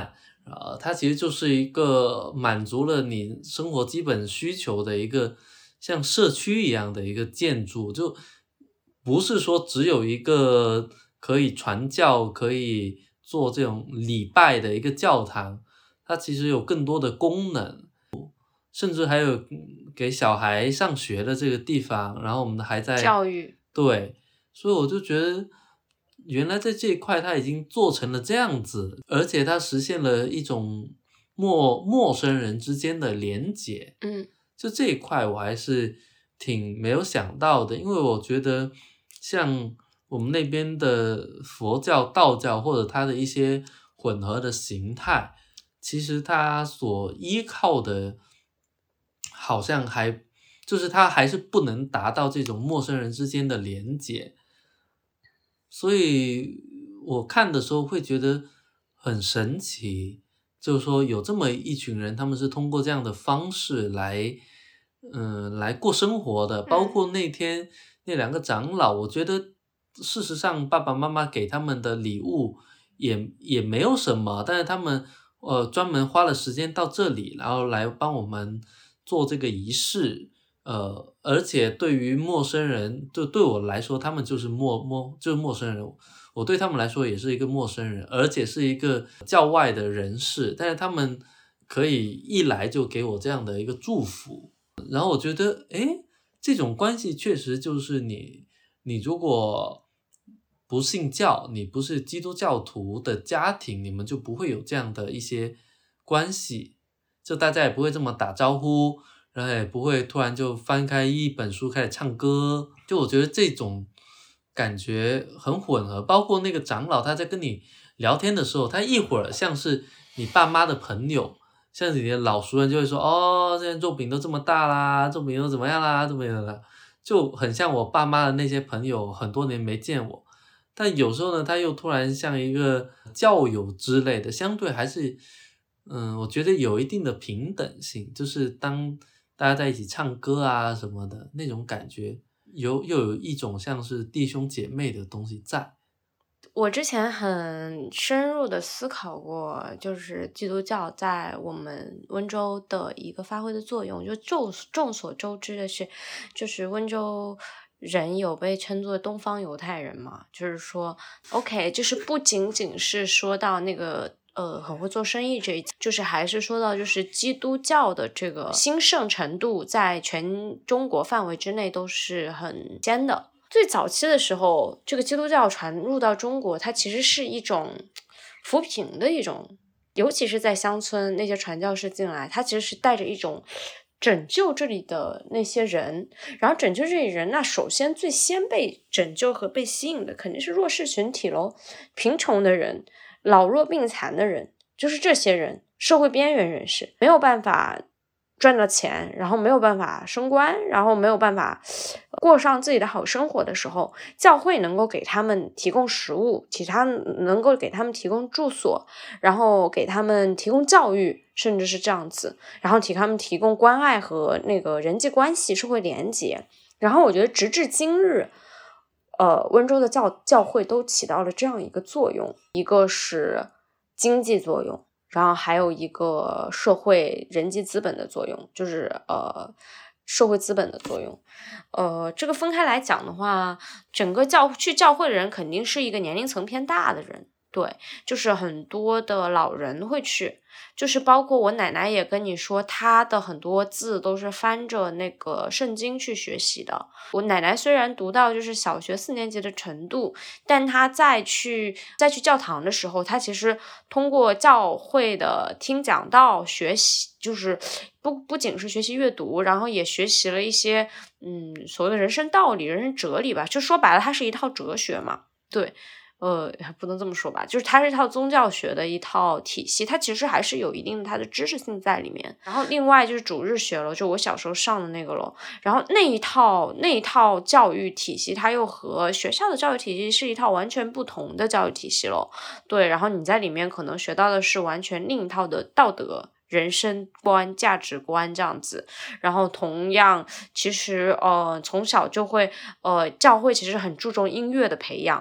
呃，它其实就是一个满足了你生活基本需求的一个像社区一样的一个建筑，就不是说只有一个可以传教、可以做这种礼拜的一个教堂，它其实有更多的功能，甚至还有给小孩上学的这个地方，然后我们还在教育， 对，所以我就觉得原来在这一块它已经做成了这样子，而且它实现了一种陌陌生人之间的连结。 嗯， 就这一块我还是挺没有想到的，因为我觉得像我们那边的佛教、道教或者它的一些混合的形态，其实它所依靠的好像还就是它还是不能达到这种陌生人之间的连结，所以我看的时候会觉得很神奇，就是说有这么一群人，他们是通过这样的方式来嗯、呃来过生活的，包括那天那两个长老，我觉得事实上爸爸妈妈给他们的礼物也也没有什么，但是他们呃专门花了时间到这里，然后来帮我们做这个仪式。呃，而且对于陌生人，就对我来说，他们就是陌陌就是陌生人，我对他们来说也是一个陌生人，而且是一个教外的人士，但是他们可以一来就给我这样的一个祝福，然后我觉得，诶，这种关系确实就是你，你如果不信教，你不是基督教徒的家庭，你们就不会有这样的一些关系，就大家也不会这么打招呼。然后也不会突然就翻开一本书开始唱歌，就我觉得这种感觉很混合，包括那个长老他在跟你聊天的时候，他一会儿像是你爸妈的朋友，像你的老熟人就会说，哦，现在肉饼都这么大啦，肉饼都怎么样啦，怎么样啦，就很像我爸妈的那些朋友，很多年没见我，但有时候呢，他又突然像一个教友之类的，相对还是嗯，我觉得有一定的平等性，就是当大家在一起唱歌啊什么的那种感觉，有又有一种像是弟兄姐妹的东西在。 我之前很深入的思考过，就是基督教在我们温州的一个发挥的作用。就众众所周知的是，就是温州人有被称作东方犹太人嘛，就是说 OK， 就是不仅仅是说到那个呃很会做生意这一层，就是还是说到就是基督教的这个兴盛程度在全中国范围之内都是很尖的。最早期的时候，这个基督教传入到中国，它其实是一种扶贫的一种，尤其是在乡村那些传教士进来，他其实是带着一种拯救这里的那些人，然后拯救这里人，那首先最先被拯救和被吸引的肯定是弱势群体咯，贫穷的人、老弱病残的人，就是这些人，社会边缘人士，没有办法赚到钱，然后没有办法升官，然后没有办法过上自己的好生活的时候，教会能够给他们提供食物，其他能够给他们提供住所，然后给他们提供教育，甚至是这样子，然后给他们提供关爱和那个人际关系、社会连结。然后我觉得直至今日，呃，温州的教教会都起到了这样一个作用，一个是经济作用。然后还有一个社会人际资本的作用，就是呃社会资本的作用。呃，这个分开来讲的话，整个教去教会的人肯定是一个年龄层偏大的人，对，就是很多的老人会去，就是包括我奶奶也跟你说，她的很多字都是翻着那个圣经去学习的。我奶奶虽然读到就是小学四年级的程度，但她再去再去教堂的时候，她其实通过教会的听讲道学习，就是不不仅是学习阅读，然后也学习了一些嗯所谓的人生道理、人生哲理吧，就说白了，它是一套哲学嘛，对。呃，不能这么说吧，就是它是一套宗教学的一套体系，它其实还是有一定的它的知识性在里面。然后另外就是主日学了，就我小时候上的那个咯。然后那一套那一套教育体系，它又和学校的教育体系是一套完全不同的教育体系咯。对，然后你在里面可能学到的是完全另一套的道德、人生观、价值观这样子。然后同样，其实呃从小就会呃教会其实很注重音乐的培养。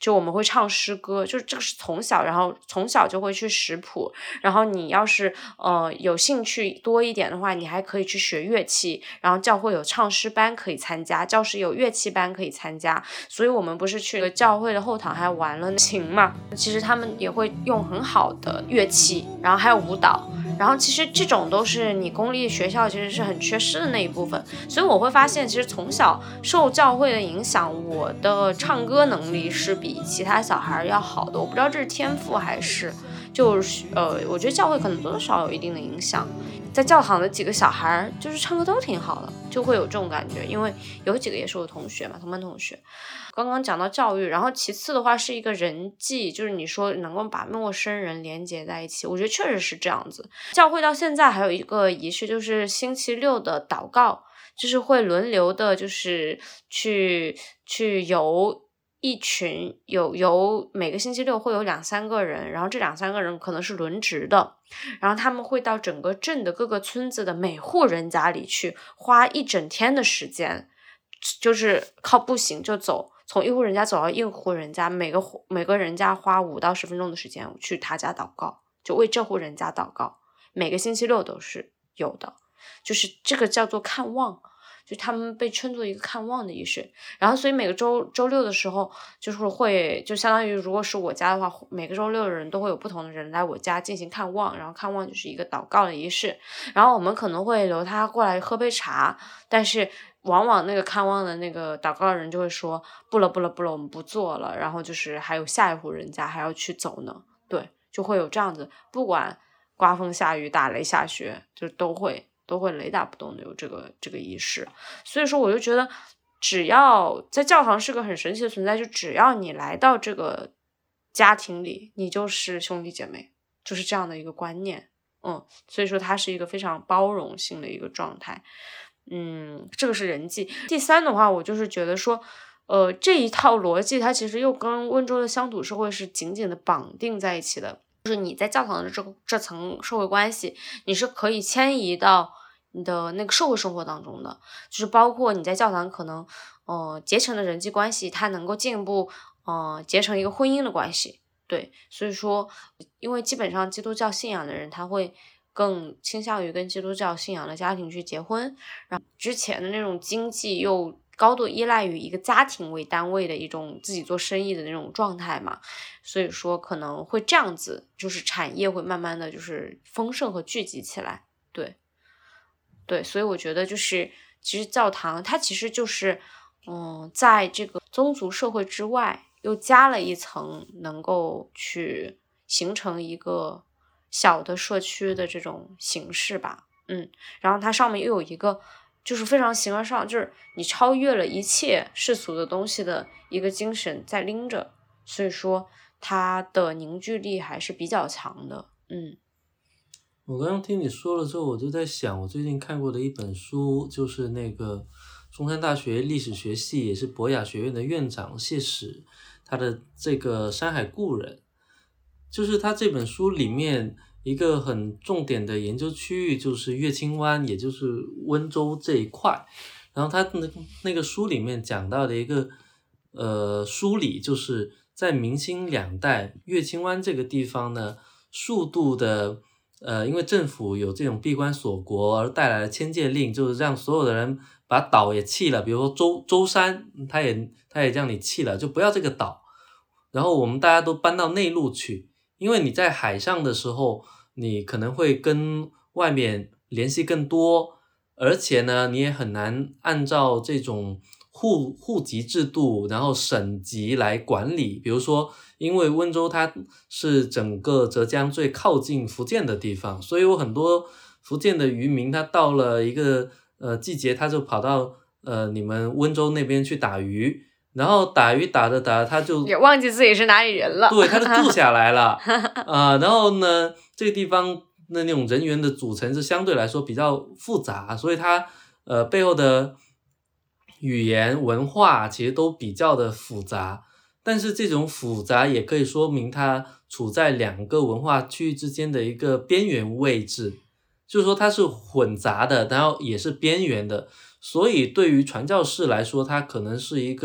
就我们会唱诗歌，就是这个是从小，然后从小就会去识谱，然后你要是呃有兴趣多一点的话，你还可以去学乐器，然后教会有唱诗班可以参加，教室有乐器班可以参加，所以我们不是去了教会的后堂还玩了琴嘛，其实他们也会用很好的乐器，然后还有舞蹈，然后其实这种都是你公立学校其实是很缺失的那一部分，所以我会发现其实从小受教会的影响，我的唱歌能力是比其他小孩要好的，我不知道这是天赋还是就是呃，我觉得教会可能多多少少有一定的影响。在教堂的几个小孩就是唱歌都挺好的，就会有这种感觉，因为有几个也是我同学嘛，同班同学。刚刚讲到教育，然后其次的话是一个人际，就是你说能够把陌生人连接在一起，我觉得确实是这样子。教会到现在还有一个仪式，就是星期六的祷告，就是会轮流的，就是去去由一群有有每个星期六会有两三个人，然后这两三个人可能是轮值的，然后他们会到整个镇的各个村子的每户人家里去，花一整天的时间，就是靠步行就走，从一户人家走到一户人家，每个每个人家花五到十分钟的时间去他家祷告，就为这户人家祷告，每个星期六都是有的，就是这个叫做看望，就他们被称作一个看望的仪式。然后所以每个周周六的时候就是会就相当于如果是我家的话，每个周六的人都会有不同的人来我家进行看望，然后看望就是一个祷告的仪式，然后我们可能会留他过来喝杯茶，但是往往那个看望的那个祷告的人就会说不了不了不了，我们不做了，然后就是还有下一户人家还要去走呢，对，就会有这样子，不管刮风下雨打雷下雪就都会都会雷打不动的有这个这个仪式。所以说我就觉得只要在教堂是个很神奇的存在，就只要你来到这个家庭里，你就是兄弟姐妹，就是这样的一个观念。嗯，所以说它是一个非常包容性的一个状态。嗯，这个是人际。第三的话，我就是觉得说呃，这一套逻辑它其实又跟温州的乡土社会是紧紧的绑定在一起的，就是你在教堂的这这层社会关系，你是可以迁移到你的那个社会生活当中的，就是包括你在教堂可能呃结成的人际关系，它能够进一步呃结成一个婚姻的关系。对，所以说因为基本上基督教信仰的人他会更倾向于跟基督教信仰的家庭去结婚，然后之前的那种经济又高度依赖于一个家庭为单位的一种自己做生意的那种状态嘛，所以说可能会这样子，就是产业会慢慢的就是丰盛和聚集起来。对对，所以我觉得就是其实教堂它其实就是嗯，在这个宗族社会之外又加了一层能够去形成一个小的社区的这种形式吧。嗯，然后它上面又有一个就是非常形而上，就是你超越了一切世俗的东西的一个精神在拎着，所以说它的凝聚力还是比较强的。嗯， 我刚刚听你说了之后，我就在想，我最近看过的一本书，就是那个中山大学历史学系也是博雅学院的院长谢史，他的这个《山海故人》，就是他这本书里面一个很重点的研究区域就是乐清湾，也就是温州这一块。然后他那个书里面讲到的一个呃梳理，就是在明清两代，乐清湾这个地方呢，数度的呃，因为政府有这种闭关锁国而带来的迁界令，就是让所有的人把岛也弃了，比如说舟舟山，他也他也让你弃了，就不要这个岛，然后我们大家都搬到内陆去。因为你在海上的时候，你可能会跟外面联系更多，而且呢，你也很难按照这种户户籍制度，然后省级来管理。比如说，因为温州它是整个浙江最靠近福建的地方，所以有很多福建的渔民，他到了一个呃季节，他就跑到呃你们温州那边去打鱼。然后打鱼打着打着他就也忘记自己是哪里人了， 对，他就住下来了啊、呃。然后呢，这个地方的那种人员的组成是相对来说比较复杂，所以它呃背后的语言文化其实都比较的复杂。但是这种复杂也可以说明它处在两个文化区域之间的一个边缘位置，就是说它是混杂的，然后也是边缘的。所以对于传教士来说，它可能是一个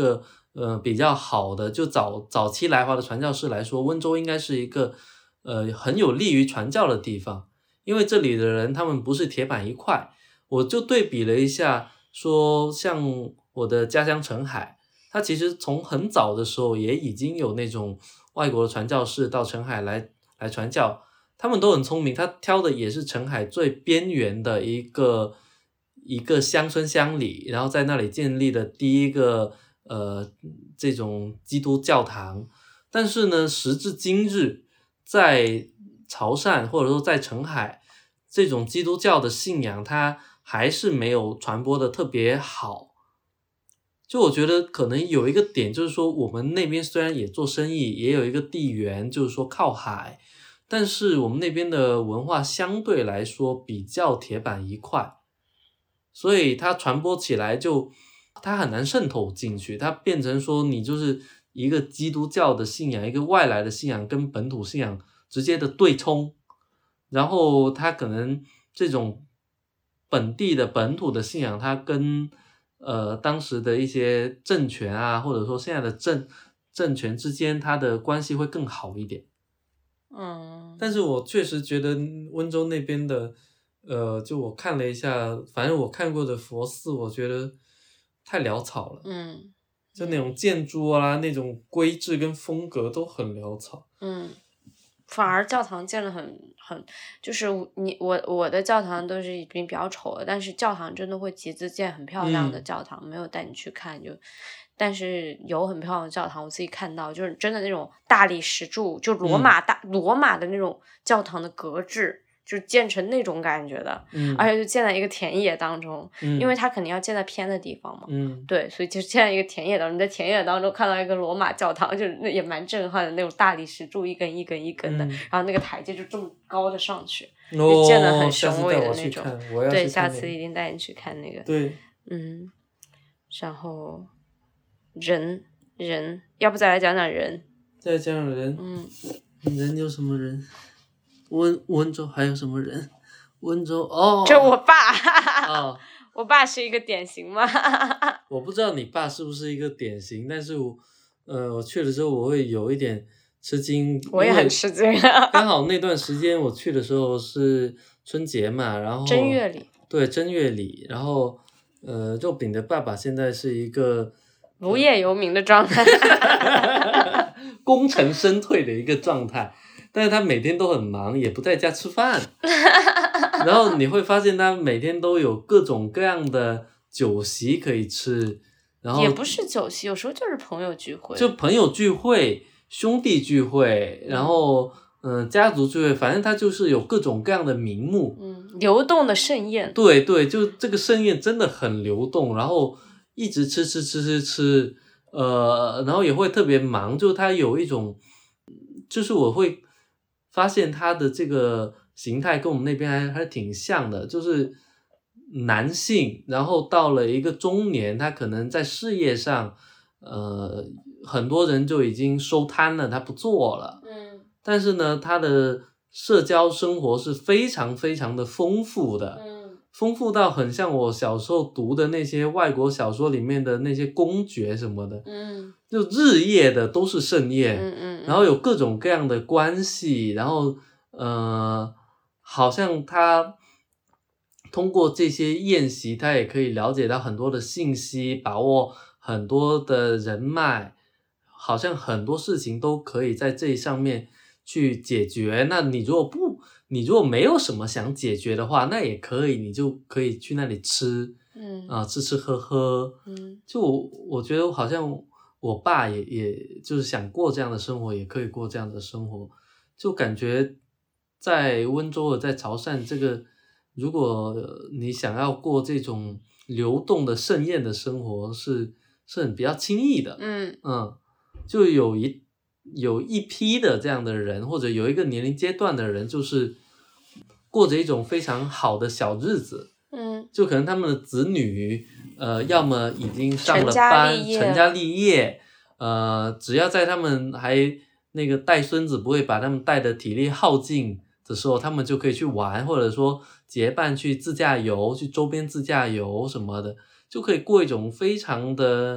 呃比较好的，就早早期来华的传教士来说，温州应该是一个呃很有利于传教的地方，因为这里的人他们不是铁板一块。我就对比了一下，说像我的家乡澄海，它其实从很早的时候也已经有那种外国的传教士到澄海来来传教，他们都很聪明，他挑的也是澄海最边缘的一个一个乡村乡里，然后在那里建立的第一个呃这种基督教堂。但是呢，时至今日，在潮汕或者说在澄海，这种基督教的信仰它还是没有传播的特别好。就我觉得可能有一个点就是说，我们那边虽然也做生意，也有一个地缘就是说靠海，但是我们那边的文化相对来说比较铁板一块，所以它传播起来就它很难渗透进去，它变成说你就是一个基督教的信仰，一个外来的信仰跟本土信仰直接的对冲，然后它可能这种本地的本土的信仰，它跟呃当时的一些政权啊，或者说现在的政政权之间，它的关系会更好一点。 嗯， 但是我确实觉得温州那边的呃就我看了一下，反正我看过的佛寺，我觉得太潦草了。 嗯， 就那种建筑啊，那种规制跟风格都很潦草。 嗯，反而教堂建得很很，就是你我我的教堂都是已经比较丑了，但是教堂真的会集资建很漂亮的教堂，嗯、没有带你去看就，但是有很漂亮的教堂，我自己看到就是真的那种大理石柱，就罗马大、嗯、罗马的那种教堂的格致。就是建成那种感觉的， 嗯， 而且就建在一个田野当中， 嗯， 因为它肯定要建在偏的地方嘛， 嗯， 对，所以就建在一个田野当中，你在田野当中看到一个罗马教堂，就那也蛮震撼的，那种大理石柱一根一根一根的， 嗯、 然后那个台阶就这么高的上去， 哦、 就建得很雄伟的那种。对，下次一定带你去看那个。 对， 嗯，然后人人，要不再来讲讲人？ 再讲讲人。 嗯， 人有什么人？温温州还有什么人？温州哦， 这我爸， 哦， 我爸是一个典型吗？ 我不知道你爸是不是一个典型，但是我呃，我去了之后我会有一点吃惊。 我也很吃惊。 刚好那段时间我去的时候是春节嘛，然后正月里。 对，正月里，然后呃，肉饼的爸爸现在是一个无业游民的状态， 功成身退的一个状态。但是他每天都很忙，也不在家吃饭，然后你会发现他每天都有各种各样的酒席可以吃，然后也不是酒席，有时候就是朋友聚会， 就朋友聚会、兄弟聚会，然后嗯、呃、家族聚会，反正他就是有各种各样的名目， 嗯，流动的盛宴， 对对，就这个盛宴真的很流动，然后一直吃吃吃吃吃，呃，然后也会特别忙，就他有一种，就是我会发现他的这个形态跟我们那边还还挺像的，就是男性，然后到了一个中年，他可能在事业上，呃，很多人就已经收摊了，他不做了， 嗯， 但是呢，他的社交生活是非常非常的丰富的， 嗯， 丰富到很像我小时候读的那些外国小说里面的那些公爵什么的， 嗯， 就日夜的都是盛宴， 嗯嗯， 然后有各种各样的关系，然后呃，好像他通过这些宴席，他也可以了解到很多的信息，把握很多的人脉，好像很多事情都可以在这上面去解决。那你如果不，你如果没有什么想解决的话，那也可以，你就可以去那里吃， 嗯啊、呃，吃吃喝喝， 嗯， 就我我觉得好像我爸也也就是想过这样的生活，也可以过这样的生活，就感觉在温州和在潮汕这个，如果你想要过这种流动的盛宴的生活，是是很比较轻易的， 嗯嗯，就有一有一批的这样的人，或者有一个年龄阶段的人，就是过着一种非常好的小日子， 嗯， 就可能他们的子女，呃，要么已经上了成家班， 立业成家立业，呃，只要在他们还那个带孙子不会把他们带的体力耗尽的时候，他们就可以去玩，或者说结伴去自驾游，去周边自驾游什么的，就可以过一种非常的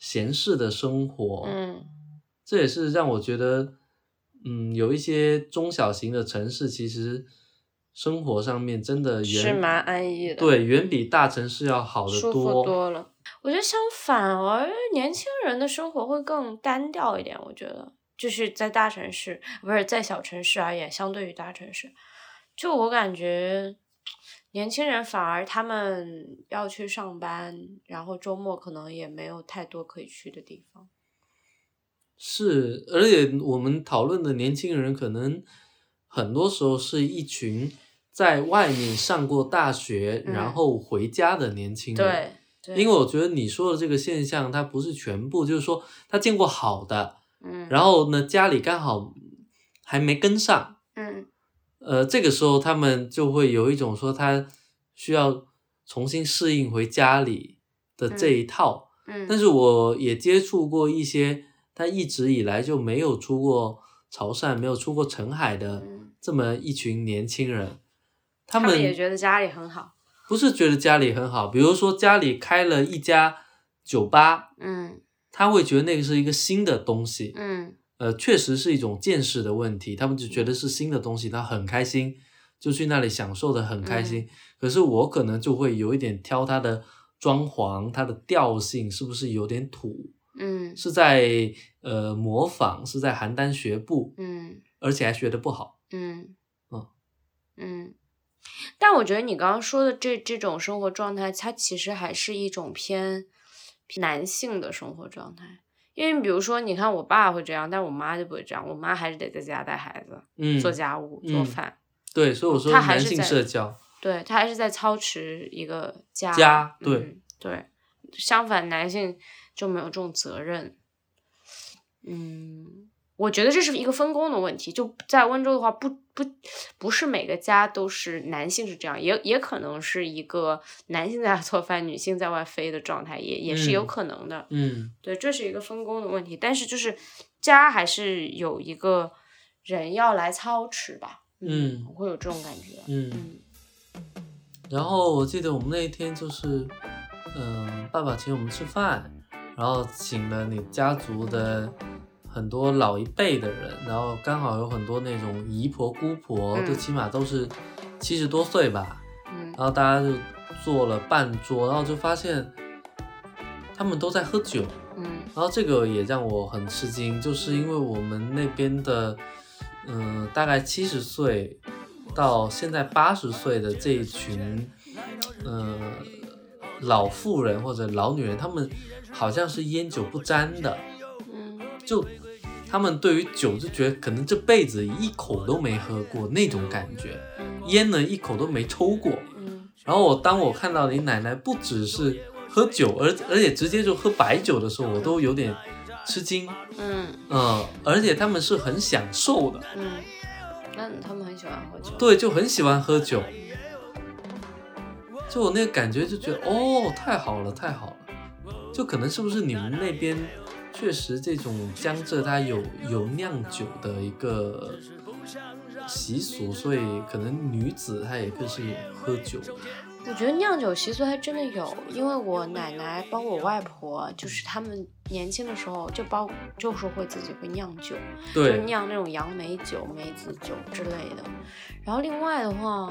闲适的生活， 嗯， 这也是让我觉得，嗯，有一些中小型的城市其实生活上面真的远是蛮安逸的， 对，远比大城市要好得舒服多了。我觉得相反而年轻人的生活会更单调一点，我觉得就是在大城市不是在小城市而言，相对于大城市，就我感觉年轻人反而他们要去上班，然后周末可能也没有太多可以去的地方。 是，而且我们讨论的年轻人可能很多时候是一群在外面上过大学、嗯、然后回家的年轻人。 对， 因为我觉得你说的这个现象它不是全部，就是说他见过好的， 嗯， 然后呢家里刚好还没跟上， 嗯， 呃，这个时候他们就会有一种说他需要重新适应回家里的这一套， 嗯， 但是我也接触过一些他一直以来就没有出过潮汕，没有出过澄海的这么一群年轻人，他们他们也觉得家里很好。 不是觉得家里很好，比如说家里开了一家酒吧， 嗯， 他会觉得那个是一个新的东西， 嗯， 呃，确实是一种见识的问题，他们就觉得是新的东西，他很开心，就去那里享受的很开心。嗯、可是我可能就会有一点挑它的装潢，它的调性是不是有点土， 嗯， 是在呃模仿，是在邯郸学步， 嗯， 而且还学得不好， 嗯， 嗯， 嗯。但我觉得你刚刚说的这这种生活状态，它其实还是一种偏男性的生活状态。因为比如说，你看我爸会这样，但我妈就不会这样。我妈还是得在家带孩子， 嗯， 做家务、做饭。 嗯、对，所以我说男性社交， 对，他还是在操持一个家。 家，对、 嗯、对。相反，男性就没有这种责任。嗯。我觉得这是一个分工的问题，就在温州的话，不不不是每个家都是男性是这样，也也可能是一个男性在家做饭，女性在外飞的状态，也也是有可能的。 嗯， 对，这是一个分工的问题，但是就是家还是有一个人要来操持吧。 嗯， 我会有这种感觉。 嗯。嗯然后我记得我们那一天就是，嗯、呃，爸爸请我们吃饭，然后请了你家族的很多老一辈的人，然后刚好有很多那种姨婆姑婆， 嗯、 就起码都是七十多岁吧， 嗯， 然后大家就坐了半桌，然后就发现他们都在喝酒， 嗯， 然后这个也让我很吃惊，就是因为我们那边的，嗯、呃，大概七十岁到现在八十岁的这一群，呃，老妇人或者老女人，他们好像是烟酒不沾的。就他们对于酒就觉得可能这辈子一口都没喝过那种感觉，烟呢一口都没抽过。然后我当我看到你奶奶不只是喝酒，而而且直接就喝白酒的时候，我都有点吃惊。 嗯嗯，而且他们是很享受的。 嗯，那他们很喜欢喝酒。 对，就很喜欢喝酒。就我那个感觉就觉得哦，太好了，太好了。就可能是不是你们那边？确实，这种江浙它有有酿酒的一个习俗，所以可能女子她也更是喝酒。 我觉得酿酒习俗还真的有，因为我奶奶包括我外婆，就是他们年轻的时候就包就是会自己会酿酒， 对， 就是酿那种杨梅酒、梅子酒之类的。然后另外的话，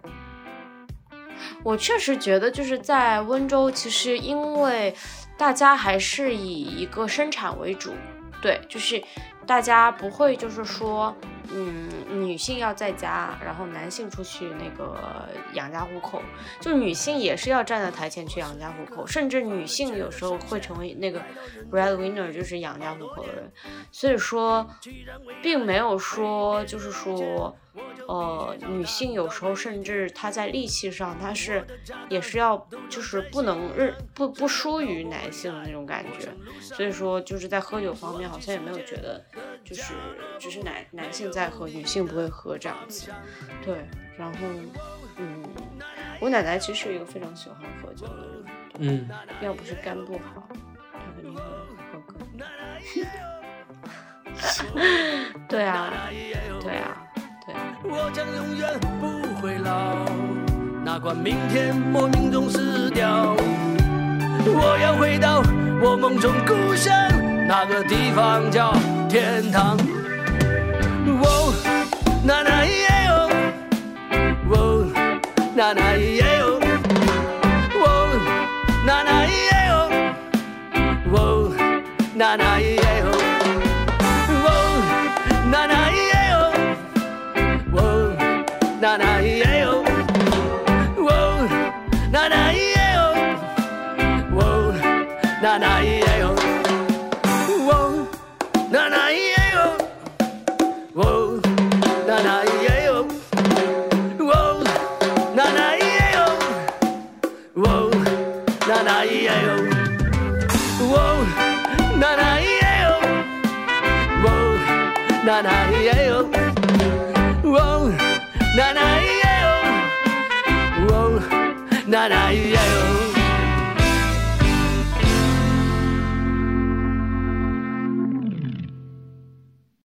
我确实觉得就是在温州，其实因为大家还是以一个生产为主，对，就是大家不会就是说，嗯，女性要在家，然后男性出去那个养家糊口，就女性也是要站在台前去养家糊口，甚至女性有时候会成为那个 breadwinner， 就是养家糊口的人，所以说，并没有说就是说。呃，女性有时候甚至她在力气上，她是也是要就是不能日不不输于男性的那种感觉，所以说就是在喝酒方面好像也没有觉得就是只是男男性在喝，女性不会喝这样子，对，然后嗯，我奶奶其实是一个非常喜欢喝酒的人， 嗯， 要不是肝不好，她肯定会喝更多。对啊，对啊。 我将永远不会老，哪管明天我命中失掉，我要回到我梦中故乡，那个地方叫天堂。哦，那那咿耶哟，哦，那那咿耶哟，哦，那那咿耶哟，哦，那那咿耶哟，哦，那那咿耶哟，哦，那那咿耶哟，哦，那那咿耶哟，哦，那那咿耶哟，哦，那那咿耶哟。Whoa, na na yeah yo. Whoa, na na yeah yo. Whoa, na na yeah yo. Whoa, na na yeah yo. Whoa, na na yeah yo. Whoa, na na yeah yo. Whoa, na na yeah yo.